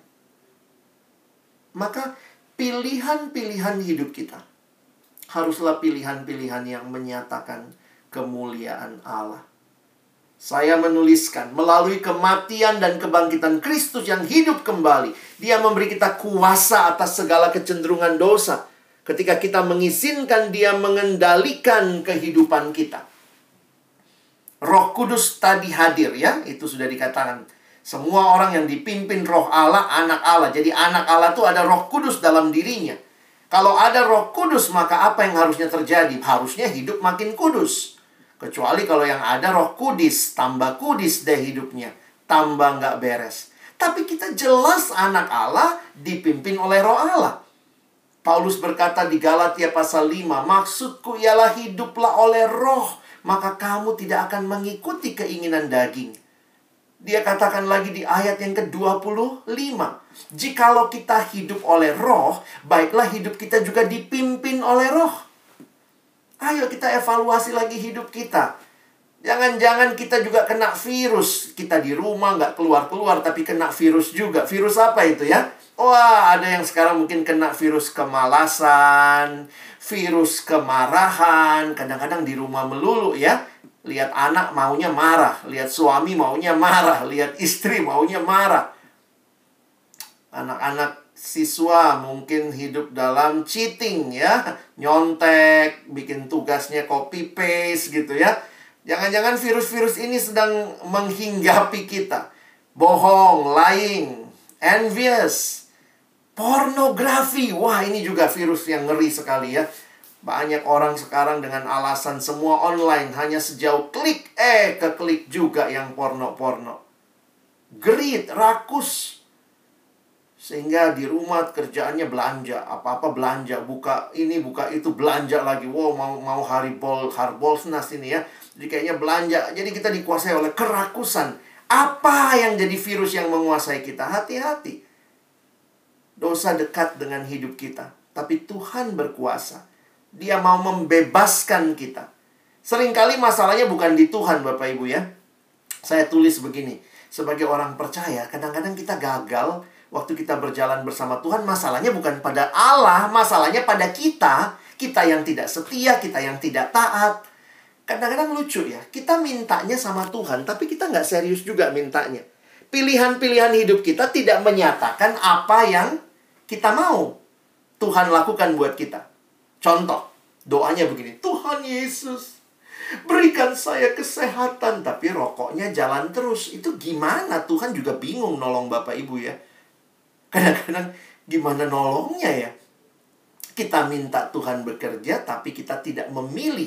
Maka pilihan-pilihan hidup kita haruslah pilihan-pilihan yang menyatakan kemuliaan Allah. Saya menuliskan, melalui kematian dan kebangkitan Kristus yang hidup kembali, Dia memberi kita kuasa atas segala kecenderungan dosa. Ketika kita mengizinkan Dia mengendalikan kehidupan kita. Roh Kudus tadi hadir ya, itu sudah dikatakan. Semua orang yang dipimpin Roh Allah, anak Allah. Jadi anak Allah itu ada Roh Kudus dalam dirinya. Kalau ada Roh Kudus, maka apa yang harusnya terjadi? Harusnya hidup makin kudus. Kecuali kalau yang ada Roh Kudus, tambah kudus deh hidupnya. Tambah nggak beres. Tapi kita jelas anak Allah dipimpin oleh Roh Allah. Paulus berkata di Galatia pasal lima, maksudku ialah hiduplah oleh Roh, maka kamu tidak akan mengikuti keinginan daging. Dia katakan lagi di ayat yang ke dua puluh lima. Jikalau kita hidup oleh Roh, baiklah hidup kita juga dipimpin oleh Roh. Ayo kita evaluasi lagi hidup kita. Jangan-jangan kita juga kena virus. Kita di rumah nggak keluar-keluar, tapi kena virus juga. Virus apa itu ya? Wah, ada yang sekarang mungkin kena virus kemalasan, virus kemarahan. Kadang-kadang di rumah melulu ya. Lihat anak maunya marah, lihat suami maunya marah, lihat istri maunya marah. Anak-anak siswa mungkin hidup dalam cheating ya, nyontek, bikin tugasnya copy paste gitu ya. Jangan-jangan virus-virus ini sedang menghinggapi kita. Bohong, lying, envious, pornografi. Wah, ini juga virus yang ngeri sekali ya. Banyak orang sekarang dengan alasan semua online, hanya sejauh klik, eh keklik juga yang porno-porno. Greed, rakus. Sehingga di rumah kerjaannya belanja, apa-apa belanja, buka ini, buka itu, belanja lagi. Wow, mau mau Haribol, Harbolnas ini ya. Jadi kayaknya belanja. Jadi kita dikuasai oleh kerakusan. Apa yang jadi virus yang menguasai kita? Hati-hati. Dosa dekat dengan hidup kita. Tapi Tuhan berkuasa. Dia mau membebaskan kita. Seringkali masalahnya bukan di Tuhan, Bapak Ibu ya. Saya tulis begini. Sebagai orang percaya, kadang-kadang kita gagal waktu kita berjalan bersama Tuhan. Masalahnya bukan pada Allah, masalahnya pada kita. Kita yang tidak setia, kita yang tidak taat. Kadang-kadang lucu ya. Kita mintanya sama Tuhan, tapi kita nggak serius juga mintanya. Pilihan-pilihan hidup kita tidak menyatakan apa yang kita mau Tuhan lakukan buat kita. Contoh, doanya begini, Tuhan Yesus, berikan saya kesehatan, tapi rokoknya jalan terus. Itu gimana? Tuhan juga bingung nolong Bapak Ibu ya. Kadang-kadang gimana nolongnya ya? Kita minta Tuhan bekerja, tapi kita tidak memilih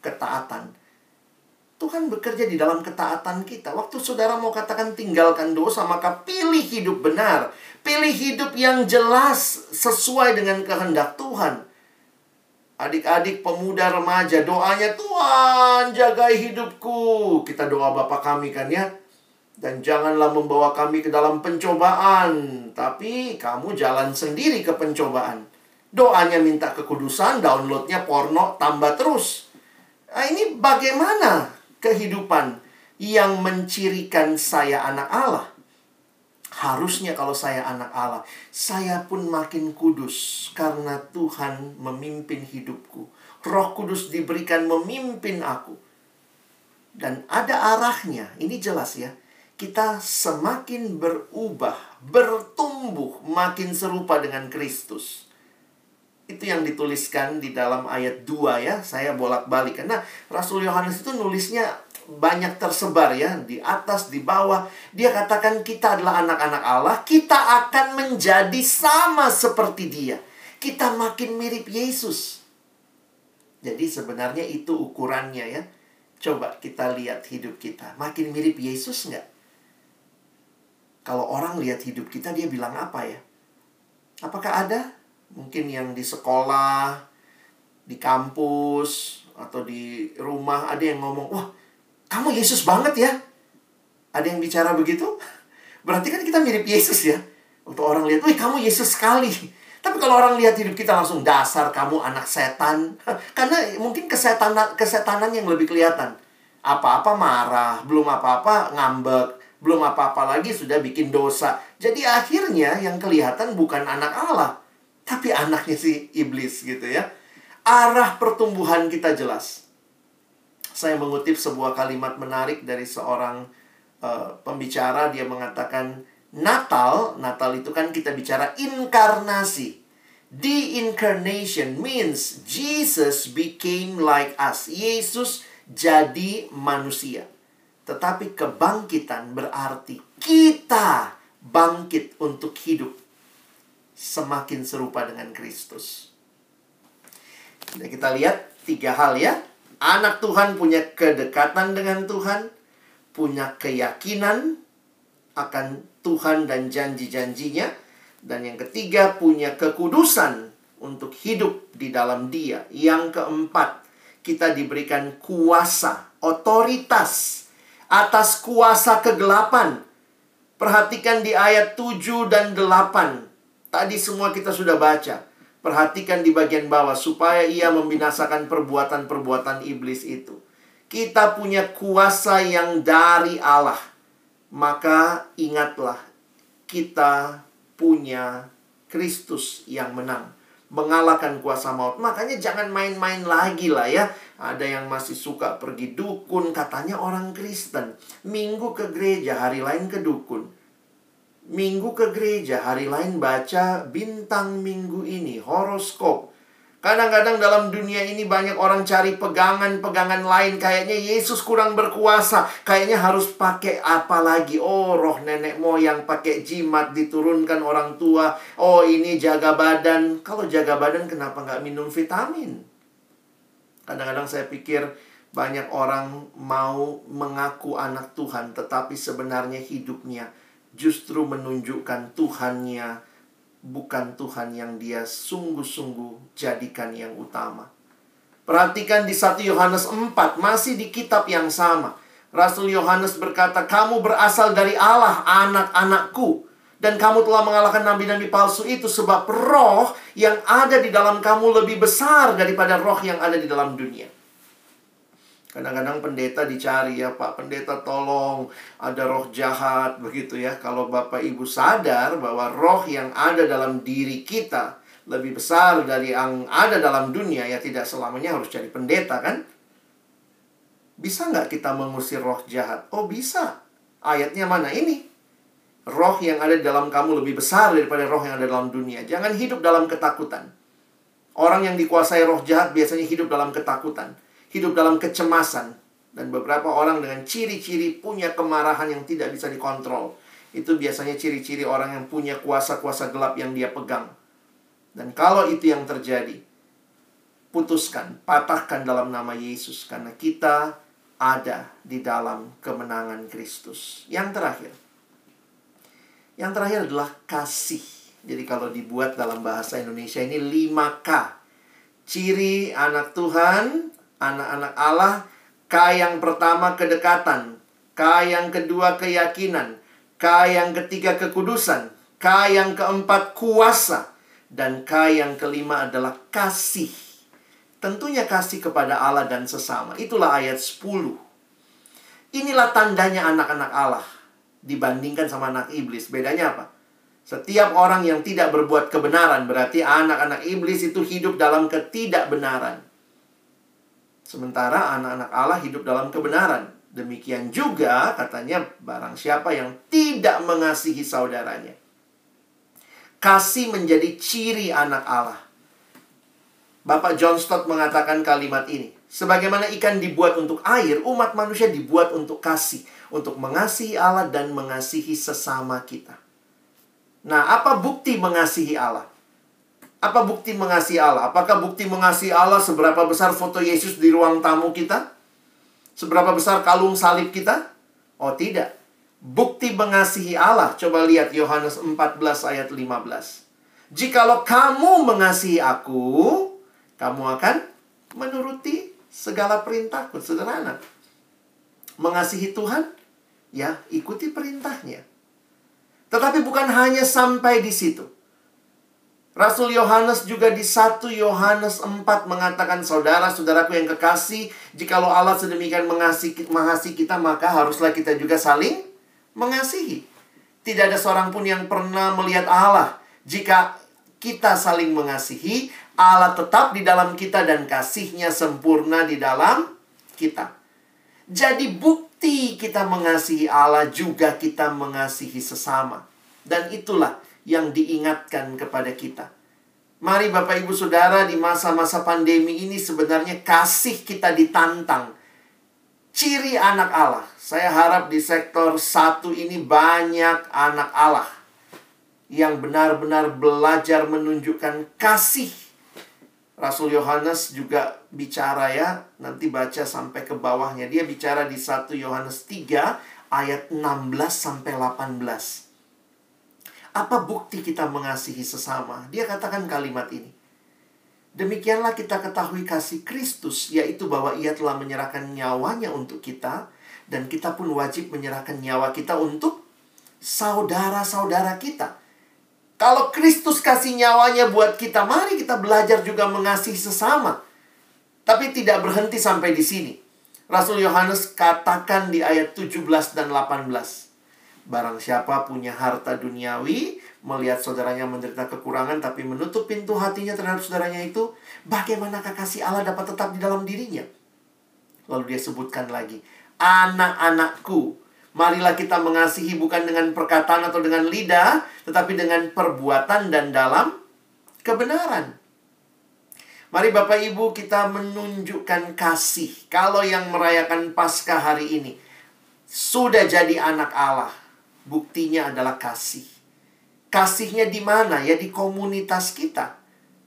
ketaatan. Tuhan bekerja di dalam ketaatan kita. Waktu saudara mau katakan tinggalkan dosa, maka pilih hidup benar. Pilih hidup yang jelas sesuai dengan kehendak Tuhan. Adik-adik, pemuda, remaja, doanya, Tuhan jagai hidupku. Kita doa Bapa kami kan ya. Dan janganlah membawa kami ke dalam pencobaan, tapi kamu jalan sendiri ke pencobaan. Doanya minta kekudusan, downloadnya porno, tambah terus. Nah, ini bagaimana kehidupan yang mencirikan saya anak Allah? Harusnya kalau saya anak Allah, saya pun makin kudus karena Tuhan memimpin hidupku. Roh Kudus diberikan memimpin aku. Dan ada arahnya, ini jelas ya. Kita semakin berubah, bertumbuh, makin serupa dengan Kristus. Itu yang dituliskan di dalam ayat dua ya. Saya bolak-balik. Karena Rasul Yohanes itu nulisnya banyak tersebar ya. Di atas, di bawah. Dia katakan kita adalah anak-anak Allah. Kita akan menjadi sama seperti dia. Kita makin mirip Yesus. Jadi sebenarnya itu ukurannya ya. Coba kita lihat hidup kita. Makin mirip Yesus nggak? Kalau orang lihat hidup kita, dia bilang apa ya? Apakah ada? Mungkin yang di sekolah, di kampus, atau di rumah, ada yang ngomong, wah, kamu Yesus banget ya. Ada yang bicara begitu? Berarti kan kita mirip Yesus ya. Untuk orang lihat, wih, kamu Yesus sekali. Tapi kalau orang lihat hidup kita langsung, dasar kamu anak setan. Karena mungkin kesetanan, kesetanan yang lebih kelihatan. Apa-apa marah, belum apa-apa ngambek, belum apa-apa lagi sudah bikin dosa. Jadi akhirnya yang kelihatan bukan anak Allah, tapi anaknya si iblis gitu ya. Arah pertumbuhan kita jelas. Saya mengutip sebuah kalimat menarik dari seorang uh, pembicara. Dia mengatakan, Natal, Natal itu kan kita bicara inkarnasi. The incarnation means Jesus became like us. Yesus jadi manusia. Tetapi kebangkitan berarti kita bangkit untuk hidup semakin serupa dengan Kristus. Nah, kita lihat tiga hal ya. Anak Tuhan punya kedekatan dengan Tuhan, punya keyakinan akan Tuhan dan janji-janjinya, dan yang ketiga punya kekudusan untuk hidup di dalam Dia. Yang keempat, kita diberikan kuasa, otoritas atas kuasa kegelapan. Perhatikan di ayat tujuh dan delapan. Tadi semua kita sudah baca. Perhatikan di bagian bawah, supaya ia membinasakan perbuatan-perbuatan iblis itu. Kita punya kuasa yang dari Allah. Maka ingatlah, kita punya Kristus yang menang, mengalahkan kuasa maut. Makanya jangan main-main lagi lah ya. Ada yang masih suka pergi dukun, katanya orang Kristen. Minggu ke gereja, hari lain ke dukun. Minggu ke gereja, hari lain baca bintang minggu ini, horoskop. Kadang-kadang dalam dunia ini banyak orang cari pegangan-pegangan lain. Kayaknya Yesus kurang berkuasa. Kayaknya harus pakai apa lagi? Oh, roh nenek moyang pakai jimat, diturunkan orang tua. Oh, ini jaga badan. Kalau jaga badan kenapa nggak minum vitamin? Kadang-kadang saya pikir banyak orang mau mengaku anak Tuhan, tetapi sebenarnya hidupnya justru menunjukkan Tuhannya bukan Tuhan yang dia sungguh-sungguh jadikan yang utama. Perhatikan di satu Yohanes empat, masih di kitab yang sama. Rasul Yohanes berkata, kamu berasal dari Allah, anak-anakku. Dan kamu telah mengalahkan nabi-nabi palsu itu, sebab roh yang ada di dalam kamu lebih besar daripada roh yang ada di dalam dunia. Kadang-kadang pendeta dicari ya, Pak pendeta tolong, ada roh jahat begitu ya. Kalau Bapak Ibu sadar bahwa roh yang ada dalam diri kita lebih besar dari yang ada dalam dunia, ya tidak selamanya harus cari pendeta kan? Bisa nggak kita mengusir roh jahat? Oh bisa. Ayatnya mana? Ini. Roh yang ada di dalam kamu lebih besar daripada roh yang ada dalam dunia. Jangan hidup dalam ketakutan. Orang yang dikuasai roh jahat biasanya hidup dalam ketakutan, hidup dalam kecemasan. Dan beberapa orang dengan ciri-ciri punya kemarahan yang tidak bisa dikontrol. Itu biasanya ciri-ciri orang yang punya kuasa-kuasa gelap yang dia pegang. Dan kalau itu yang terjadi, putuskan, patahkan dalam nama Yesus. Karena kita ada di dalam kemenangan Kristus. Yang terakhir. Yang terakhir adalah kasih. Jadi kalau dibuat dalam bahasa Indonesia ini lima K. Ciri anak Tuhan, anak-anak Allah. K yang pertama kedekatan. K yang kedua keyakinan. K yang ketiga kekudusan. K yang keempat kuasa. Dan K yang kelima adalah kasih. Tentunya kasih kepada Allah dan sesama. Itulah ayat sepuluh. Inilah tandanya anak-anak Allah dibandingkan sama anak iblis. Bedanya apa? Setiap orang yang tidak berbuat kebenaran, berarti anak-anak iblis itu hidup dalam ketidakbenaran. Sementara anak-anak Allah hidup dalam kebenaran. Demikian juga katanya barang siapa yang tidak mengasihi saudaranya. Kasih menjadi ciri anak Allah. Bapak John Stott mengatakan kalimat ini. Sebagaimana ikan dibuat untuk air, umat manusia dibuat untuk kasih. Untuk mengasihi Allah dan mengasihi sesama kita. Nah, apa bukti mengasihi Allah? Apa bukti mengasihi Allah? Apakah bukti mengasihi Allah seberapa besar foto Yesus di ruang tamu kita? Seberapa besar kalung salib kita? Oh tidak. Bukti mengasihi Allah. Coba lihat Yohanes empat belas ayat lima belas. Jikalau kamu mengasihi aku, kamu akan menuruti segala perintahku. Sederhana. Mengasihi Tuhan, ya ikuti perintahnya. Tetapi bukan hanya sampai di situ. Rasul Yohanes juga di satu Yohanes empat mengatakan, saudara-saudaraku yang kekasih, jikalau Allah sedemikian mengasihi, mengasihi kita, maka haruslah kita juga saling mengasihi. Tidak ada seorang pun yang pernah melihat Allah. Jika kita saling mengasihi, Allah tetap di dalam kita dan kasihnya sempurna di dalam kita. Jadi bukti kita mengasihi Allah juga kita mengasihi sesama. Dan itulah yang diingatkan kepada kita. Mari Bapak Ibu Saudara, di masa-masa pandemi ini sebenarnya kasih kita ditantang. Ciri anak Allah. Saya harap di sektor satu ini banyak anak Allah yang benar-benar belajar menunjukkan kasih. Rasul Yohanes juga bicara ya, nanti baca sampai ke bawahnya. Dia bicara di satu Yohanes tiga ayat enam belas sampai delapan belas. Apa bukti kita mengasihi sesama? Dia katakan kalimat ini. Demikianlah kita ketahui kasih Kristus, yaitu bahwa Ia telah menyerahkan nyawanya untuk kita, dan kita pun wajib menyerahkan nyawa kita untuk saudara-saudara kita. Kalau Kristus kasih nyawanya buat kita, mari kita belajar juga mengasihi sesama. Tapi tidak berhenti sampai di sini. Rasul Yohanes katakan di ayat tujuh belas dan delapan belas. Barang siapa punya harta duniawi, melihat saudaranya menderita kekurangan, tapi menutup pintu hatinya terhadap saudaranya itu, bagaimanakah kasih Allah dapat tetap di dalam dirinya? Lalu dia sebutkan lagi, anak-anakku, marilah kita mengasihi bukan dengan perkataan atau dengan lidah, tetapi dengan perbuatan dan dalam kebenaran. Mari Bapak Ibu kita menunjukkan kasih. Kalau yang merayakan Paskah hari ini sudah jadi anak Allah, buktinya adalah kasih. Kasihnya di mana? Ya di komunitas kita.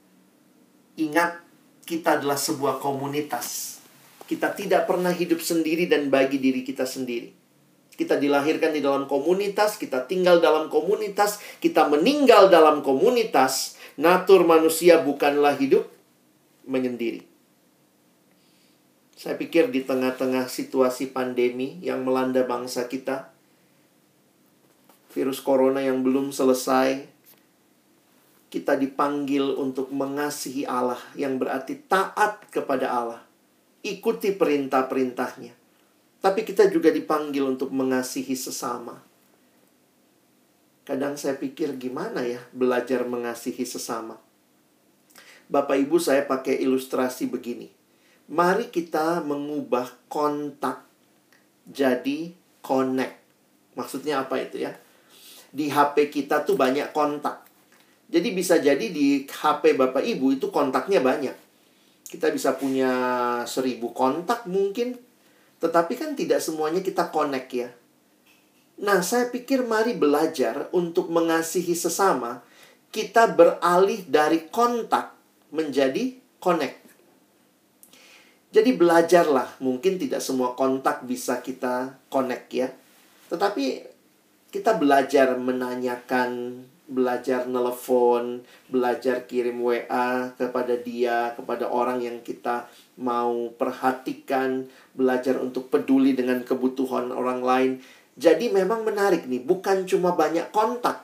Ingat, kita adalah sebuah komunitas. Kita tidak pernah hidup sendiri dan bagi diri kita sendiri. Kita dilahirkan di dalam komunitas, kita tinggal dalam komunitas, kita meninggal dalam komunitas. Natur manusia bukanlah hidup menyendiri. Saya pikir di tengah-tengah situasi pandemi yang melanda bangsa kita, virus corona yang belum selesai, kita dipanggil untuk mengasihi Allah, yang berarti taat kepada Allah. Ikuti perintah-perintahnya. Tapi kita juga dipanggil untuk mengasihi sesama. Kadang saya pikir gimana ya belajar mengasihi sesama. Bapak Ibu, saya pakai ilustrasi begini. Mari kita mengubah kontak jadi connect. Maksudnya apa itu ya? Di H P kita tuh banyak kontak. Jadi bisa jadi di H P Bapak Ibu itu kontaknya banyak. Kita bisa punya seribu kontak mungkin. Tetapi kan tidak semuanya kita connect ya. Nah, saya pikir mari belajar untuk mengasihi sesama. Kita beralih dari kontak menjadi connect. Jadi belajarlah, mungkin tidak semua kontak bisa kita connect ya. Tetapi kita belajar menanyakan, belajar nelpon, belajar kirim W A kepada dia, kepada orang yang kita mau perhatikan, belajar untuk peduli dengan kebutuhan orang lain. Jadi memang menarik nih, bukan cuma banyak kontak,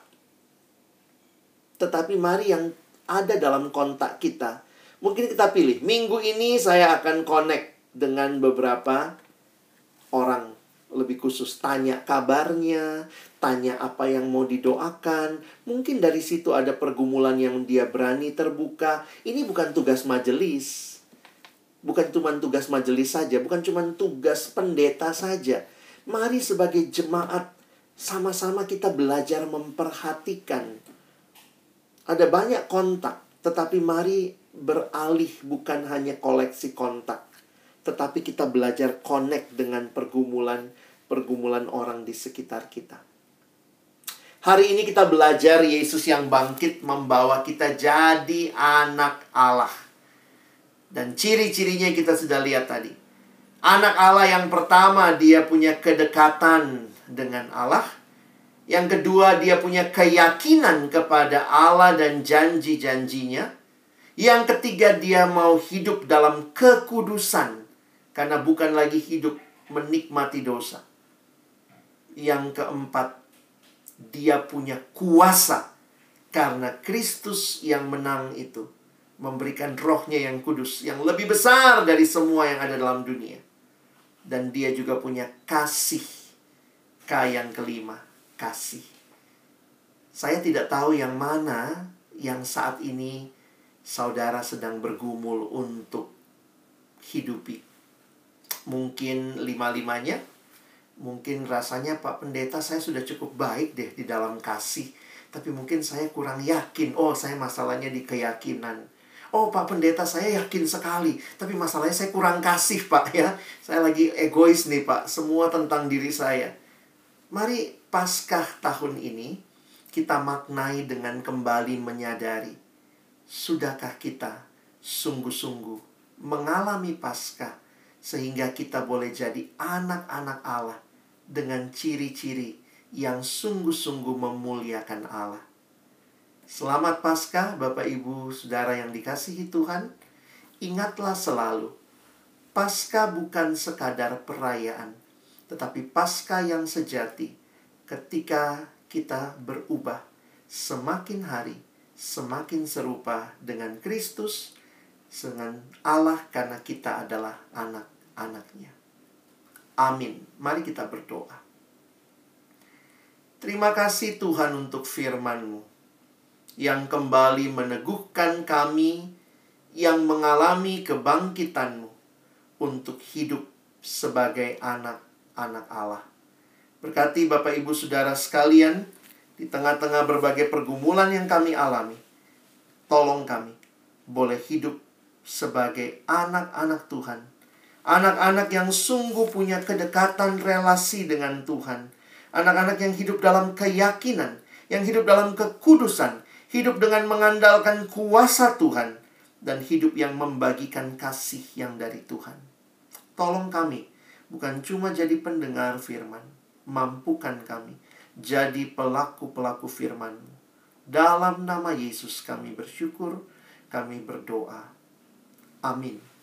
tetapi mari yang ada dalam kontak kita. Mungkin kita pilih, minggu ini saya akan connect dengan beberapa orang. Lebih khusus, tanya kabarnya, tanya apa yang mau didoakan. Mungkin dari situ ada pergumulan yang dia berani terbuka. Ini bukan tugas majelis. Bukan cuma tugas majelis saja, bukan cuma tugas pendeta saja. Mari sebagai jemaat, sama-sama kita belajar memperhatikan. Ada banyak kontak, tetapi mari beralih bukan hanya koleksi kontak, tetapi kita belajar connect dengan pergumulan-pergumulan orang di sekitar kita. Hari ini kita belajar Yesus yang bangkit membawa kita jadi anak Allah. Dan ciri-cirinya kita sudah lihat tadi. Anak Allah yang pertama, dia punya kedekatan dengan Allah. Yang kedua, dia punya keyakinan kepada Allah dan janji-janjinya. Yang ketiga, dia mau hidup dalam kekudusan. Karena bukan lagi hidup menikmati dosa. Yang keempat, dia punya kuasa. Karena Kristus yang menang itu memberikan rohnya yang kudus, yang lebih besar dari semua yang ada dalam dunia. Dan dia juga punya kasih. K yang kelima, kasih. Saya tidak tahu yang mana yang saat ini saudara sedang bergumul untuk hidupi. Mungkin lima-limanya. Mungkin rasanya, Pak Pendeta, saya sudah cukup baik deh di dalam kasih. Tapi mungkin saya kurang yakin. Oh, saya masalahnya di keyakinan. Oh, Pak Pendeta, saya yakin sekali. Tapi masalahnya saya kurang kasih, Pak, ya. Saya lagi egois nih, Pak. Semua tentang diri saya. Mari Paskah tahun ini kita maknai dengan kembali menyadari. Sudahkah kita sungguh-sungguh mengalami Paskah sehingga kita boleh jadi anak-anak Allah dengan ciri-ciri yang sungguh-sungguh memuliakan Allah. Selamat Paskah, Bapak Ibu Saudara yang dikasihi Tuhan. Ingatlah selalu, Paskah bukan sekadar perayaan, tetapi Paskah yang sejati ketika kita berubah semakin hari semakin serupa dengan Kristus, dengan Allah, karena kita adalah anak-anaknya. Amin. Mari kita berdoa. Terima kasih Tuhan untuk firman-Mu yang kembali meneguhkan kami yang mengalami kebangkitan-Mu untuk hidup sebagai anak-anak Allah. Berkati Bapak Ibu Saudara sekalian, di tengah-tengah berbagai pergumulan yang kami alami, tolong kami boleh hidup sebagai anak-anak Tuhan. Anak-anak yang sungguh punya kedekatan relasi dengan Tuhan. Anak-anak yang hidup dalam keyakinan, yang hidup dalam kekudusan, hidup dengan mengandalkan kuasa Tuhan, dan hidup yang membagikan kasih yang dari Tuhan. Tolong kami, bukan cuma jadi pendengar firman, mampukan kami jadi pelaku-pelaku firman-Mu. Dalam nama Yesus kami bersyukur, kami berdoa. Amin.